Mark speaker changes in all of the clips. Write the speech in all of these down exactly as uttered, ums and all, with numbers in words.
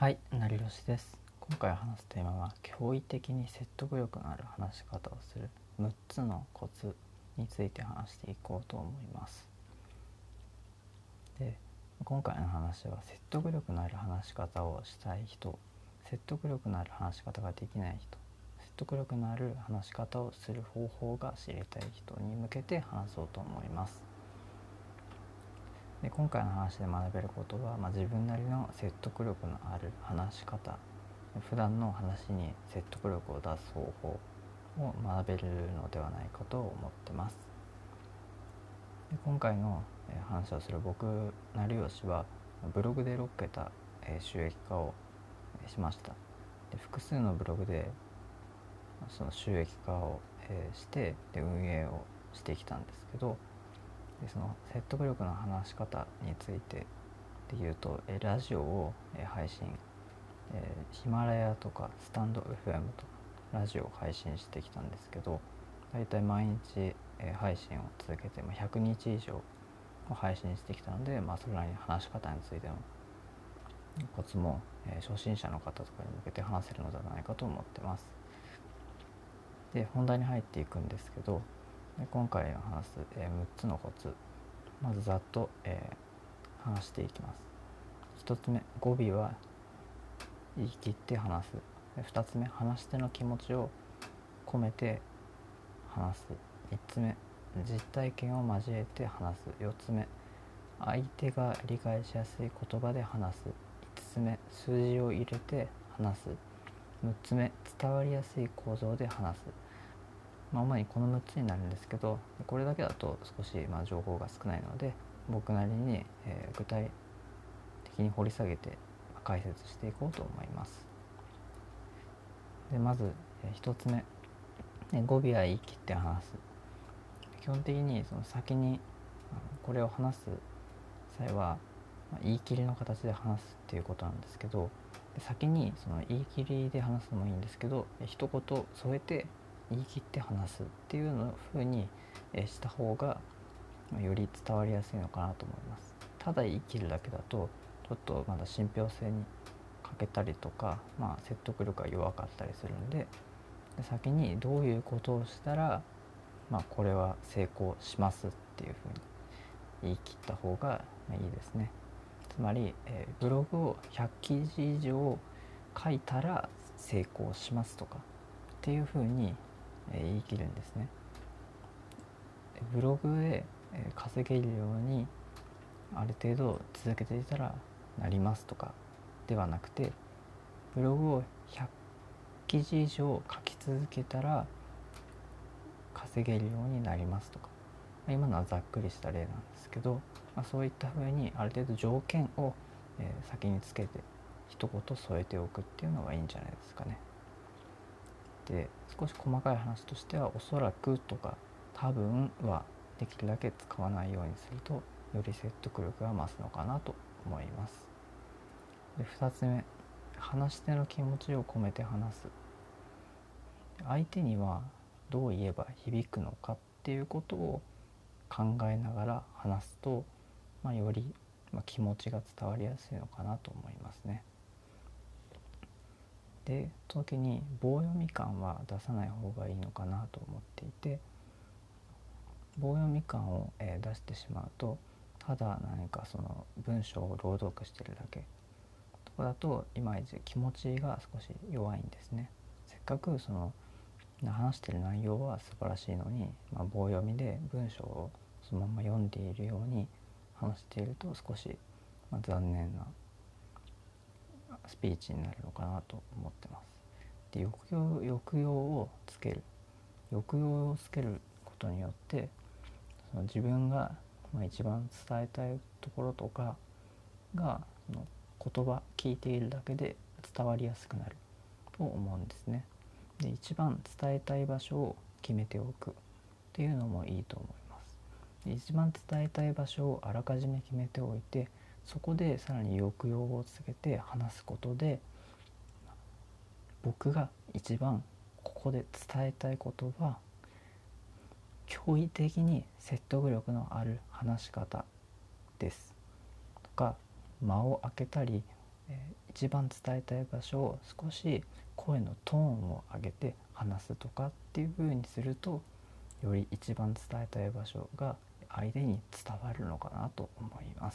Speaker 1: はい、なりろしです。今回話すテーマは驚異的に説得力のある話し方をするむっつのコツについて話していこうと思います。で、今回の話は説得力のある話し方をしたい人、説得力のある話し方ができない人、説得力のある話し方をする方法が知りたい人に向けて話そうと思います。で今回の話で学べることは、まあ、自分なりの説得力のある話し方、普段の話に説得力を出す方法を学べるのではないかと思ってます。で今回の話をする僕成吉はブログでろっけた収益化をしました。で複数のブログでその収益化をしてで運営をしてきたんですけど、でその説得力の話し方についてでいうと、ラジオを配信、ヒマラヤとかスタンド エフエム とかラジオを配信してきたんですけど、だいたい毎日配信を続けてひゃくにち以上を配信してきたので、まあ、それなりに話し方についてのコツも初心者の方とかに向けて話せるのではないかと思ってます。で本題に入っていくんですけど、今回話すむっつのコツ、まずざっと、えー、話していきます。ひとつめ、語尾は言い切って話す。ふたつめ、話し手の気持ちを込めて話す。みっつめ、実体験を交えて話す。よっつめ、相手が理解しやすい言葉で話す。いつつめ、数字を入れて話す。むっつめ、伝わりやすい構造で話す。まあ、主にこのむっつになるんですけど、これだけだと少しまあ情報が少ないので、僕なりに、えー、具体的に掘り下げて解説していこうと思います。でまず、えー、ひとつめ、語尾は言い切って話す。基本的にその先にこれを話す際は言い切りの形で話すっていうことなんですけど、先にその言い切りで話すのもいいんですけど、一言添えて言い切って話すっていうの風にした方がより伝わりやすいのかなと思います。ただ言い切るだけだとちょっとまだ信憑性に欠けたりとか、まあ、説得力が弱かったりするんで、で先にどういうことをしたら、まあ、これは成功しますっていうふうに言い切った方がいいですね。つまり、えー、ブログをひゃくきじ以上書いたら成功しますとかっていうふうに、えー、言い切るんですね。ブログで、えー、稼げるようにある程度続けていたらなりますとかではなくて、ブログをひゃくきじ以上書き続けたら稼げるようになりますとか、今のはざっくりした例なんですけど、まあ、そういったふうにある程度条件を、えー、先につけて一言添えておくっていうのがいいんじゃないですかね。で少し細かい話としては、おそらくとか多分はできるだけ使わないようにするとより説得力が増すのかなと思います。でふたつめ、話し手の気持ちを込めて話す。相手にはどう言えば響くのかっていうことを考えながら話すと、まあ、より、まあ、気持ちが伝わりやすいのかなと思いますね。で時に棒読み感は出さない方がいいのかなと思っていて、棒読み感を、えー、出してしまうと、ただ何かその文章を朗読してるだけとかだといまいち気持ちが少し弱いんですね。せっかくその話してる内容は素晴らしいのに、まあ、棒読みで文章をそのまま読んでいるように話していると少し、まあ、残念なスピーチになるのかなと思ってます。で抑揚、抑揚をつける抑揚をつけることによって、その自分がまあ一番伝えたいところとかがその言葉聞いているだけで伝わりやすくなると思うんですね。で一番伝えたい場所を決めておくっていうのもいいと思います。で一番伝えたい場所をあらかじめ決めておいて、そこでさらに抑揚をつけて話すことで、僕が一番ここで伝えたいことは驚異的に説得力のある話し方ですとか、間を空けたりえー、一番伝えたい場所を少し声のトーンを上げて話すとかっていう風にすると、より一番伝えたい場所が相手に伝わるのかなと思います。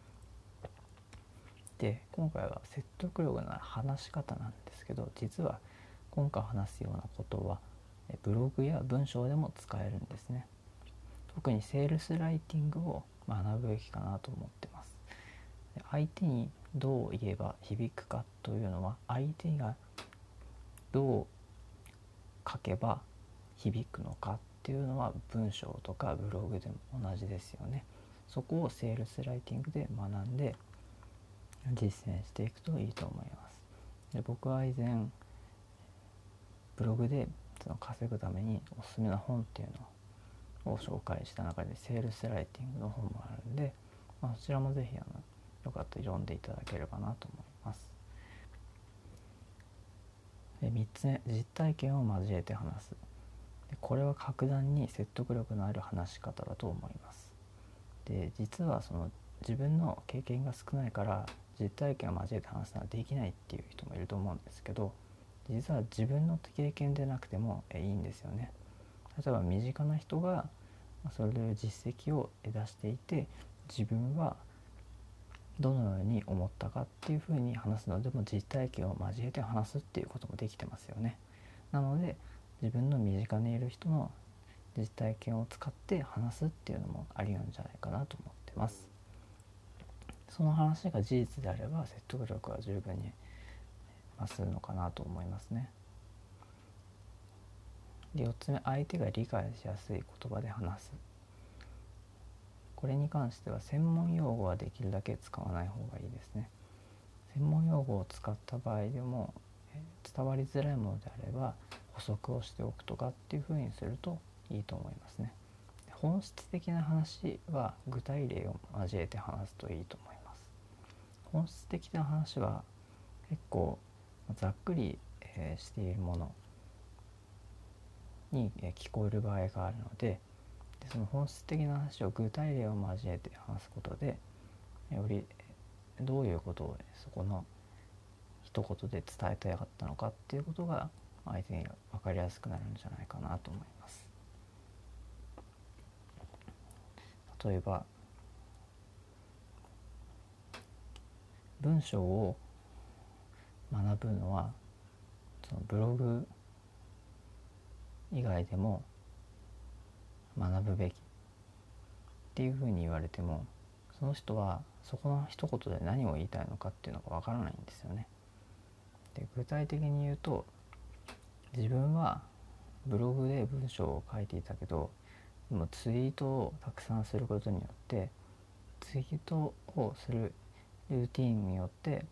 Speaker 1: で、今回は説得力のある話し方なんですけど、実は今回話すようなことはブログや文章でも使えるんですね。特にセールスライティングを学ぶべきかなと思ってます。相手にどう言えば響くかというのは、相手がどう書けば響くのかっていうのは文章とかブログでも同じですよね。そこをセールスライティングで学んで実践していくといいと思います。で、僕は以前ブログでその稼ぐためにおすすめな本っていうのを紹介した中でセールスライティングの本もあるんで、まあ、そちらもぜひあのよかったら読んでいただければなと思います。で、みっつめ、実体験を交えて話す。で、これは格段に説得力のある話し方だと思います。で、実はその自分の経験が少ないから実体験を交えて話すのはできないっていう人もいると思うんですけど、実は自分の経験でなくてもいいんですよね。例えば身近な人がそういう実績を出していて、自分はどのように思ったかっていうふうに話すのでも実体験を交えて話すっていうこともできてますよね。なので自分の身近にいる人の実体験を使って話すっていうのもありなんじゃないかなと思ってます。その話が事実であれば説得力は十分に増すのかなと思いますね。で、よっつめ、相手が理解しやすい言葉で話す。これに関しては専門用語はできるだけ使わない方がいいですね。専門用語を使った場合でも伝わりづらいものであれば補足をしておくとかっていう風にするといいと思いますね。本質的な話は具体例を交えて話すといいと思います。本質的な話は結構ざっくりしているものに聞こえる場合があるので、その本質的な話を具体例を交えて話すことで、よりどういうことをそこの一言で伝えたかったのかっていうことが相手に分かりやすくなるんじゃないかなと思います。例えば文章を学ぶのはそのブログ以外でも学ぶべきっていうふうに言われても、その人はそこの一言で何を言いたいのかっていうのがわからないんですよね。で、具体的に言うと、自分はブログで文章を書いていたけど、でもツイートをたくさんすることによってツイートをするルーティーンによって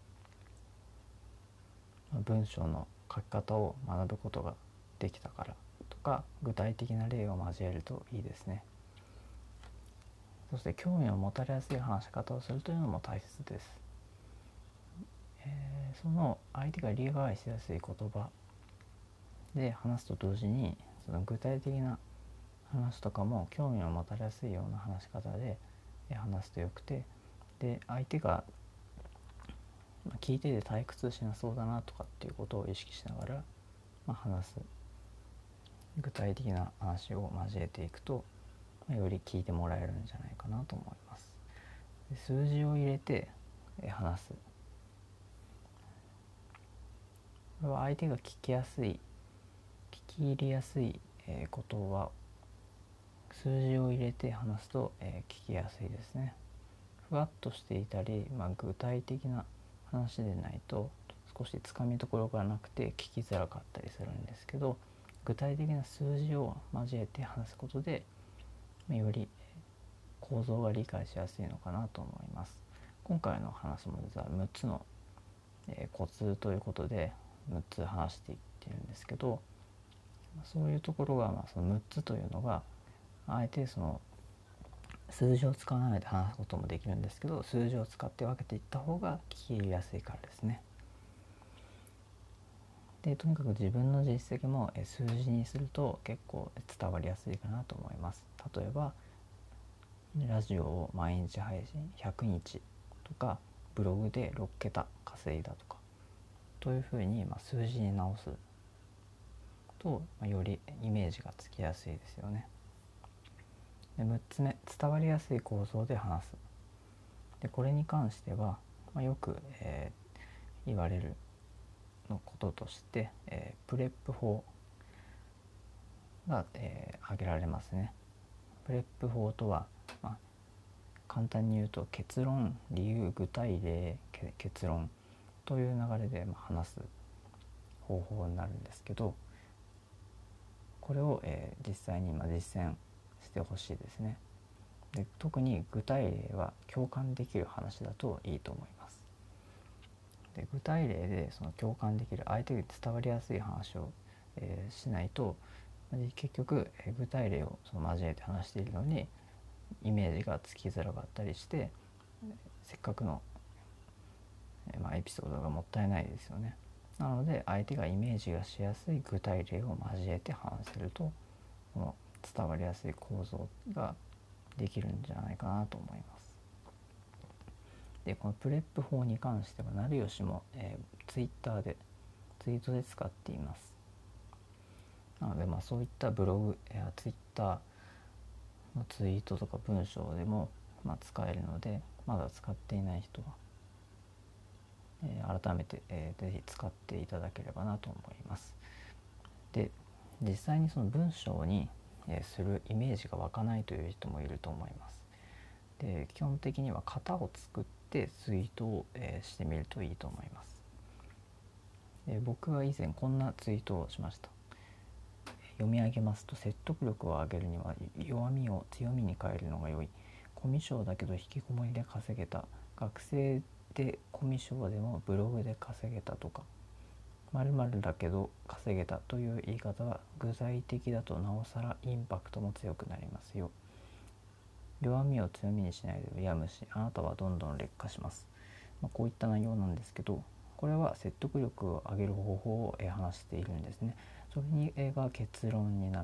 Speaker 1: 文章の書き方を学ぶことができたからとか、具体的な例を交えるといいですね。そして興味を持たれやすい話し方をするというのも大切です。えー、その相手が理解しやすい言葉で話すと同時に、その具体的な話とかも興味を持たれやすいような話し方で話すとよくて、で相手が聞いてて退屈しなそうだなとかっていうことを意識しながら、まあ、話す具体的な話を交えていくと、より聞いてもらえるんじゃないかなと思います。で、数字を入れて話す。これは相手が聞きやすい、聞き入れやすいことは数字を入れて話すと聞きやすいですね。ふわっとしていたり、まあ、具体的な話でないと少しつかみどころがなくて聞きづらかったりするんですけど、具体的な数字を交えて話すことでより構造が理解しやすいのかなと思います。今回の話も実はむっつのコツということでむっつ話していってるんですけど、そういうところが、まあそのむっつというのがあえてその数字を使わないで話すこともできるんですけど、数字を使って分けていった方が聞き入れやすいからですね。で、とにかく自分の実績も数字にすると結構伝わりやすいかなと思います。例えばラジオを毎日配信ひゃくにちとか、 ブログでろっけた稼いだとかというふうに、まあ、数字に直すと、まあ、よりイメージがつきやすいですよね。でむっつめ、伝わりやすい構造で話す。でこれに関しては、まあ、よく、えー、言われるのこととして、えー、プレップ法が、えー、挙げられますね。プレップ法とは、まあ、簡単に言うと結論、理由、具体例、結論という流れで、まあ、話す方法になるんですけど、これを、えー、実際に今実践してほしいですね。で特に具体例は共感できる話だといいと思います。で具体例でその共感できる、相手に伝わりやすい話を、えー、しないと結局、えー、具体例をその交えて話しているのにイメージがつきづらかったりして、せっかくの、えーまあ、エピソードがもったいないですよね。なので相手がイメージがしやすい具体例を交えて話せると、この伝わりやすい構造ができるんじゃないかなと思います。でこのプレップ法に関しては成吉も、えー、ツイッターでツイートで使っています。なので、まあ、そういったブログやツイッターのツイートとか文章でも、まあ、使えるので、まだ使っていない人は、えー、改めて、えー、ぜひ使っていただければなと思います。で実際にその文章に、えー、するイメージが湧かないという人もいると思います。で基本的には型を作ってツイートを、えー、してみるといいと思います。で僕は以前こんなツイートをしました。読み上げますと、説得力を上げるには弱みを強みに変えるのが良い。コミュ障だけど引きこもりで稼げた。学生でコミュ障でもブログで稼げたとか、〇〇だけど稼げたという言い方は具体的だとなおさらインパクトも強くなりますよ。弱みを強みにしないでうやむし、あなたはどんどん劣化します。まあ、こういった内容なんですけど、これは説得力を上げる方法を話しているんですね。それにが結論になって、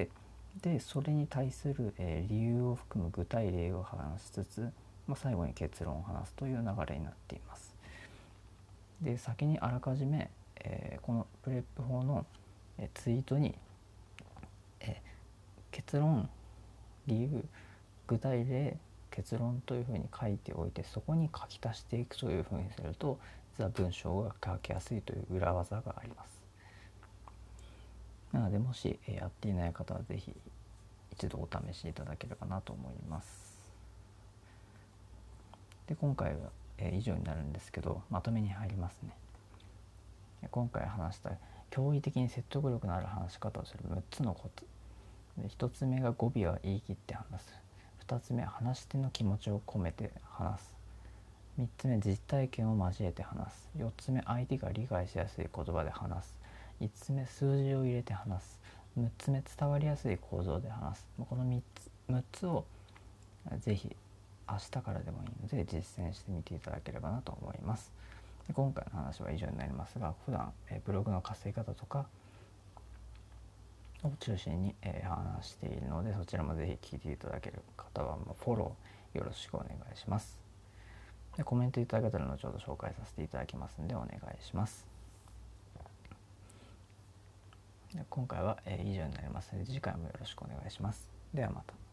Speaker 1: でそれに対する理由を含む具体例を話しつつ、まあ、最後に結論を話すという流れになっています。で先にあらかじめ、えー、このプレップ法のツイートに、えー、結論、理由、具体例、結論というふうに書いておいて、そこに書き足していくというふうにすると、実は文章が書きやすいという裏技があります。なのでもしやっていない方はぜひ一度お試しいただければなと思います。で今回は以上になるんですけど、まとめに入りますね。今回話した驚異的に説得力のある話し方をするむっつのコツ。ひとつめが語尾は言い切って話す。ふたつめ話し手の気持ちを込めて話す。みっつめ実体験を交えて話す。よっつめ相手が理解しやすい言葉で話す。いつつめ数字を入れて話す。むっつめ伝わりやすい構造で話す。このみっつむっつをぜひ明日からでもいいので実践してみていただければなと思います。で今回の話は以上になりますが、普段えブログの稼ぎ方とかを中心に、えー、話しているので、そちらもぜひ聞いていただける方はもうフォローよろしくお願いします。でコメントいただけたら後ほど紹介させていただきますのでお願いします。で今回は、えー、以上になりますので次回もよろしくお願いします。ではまた。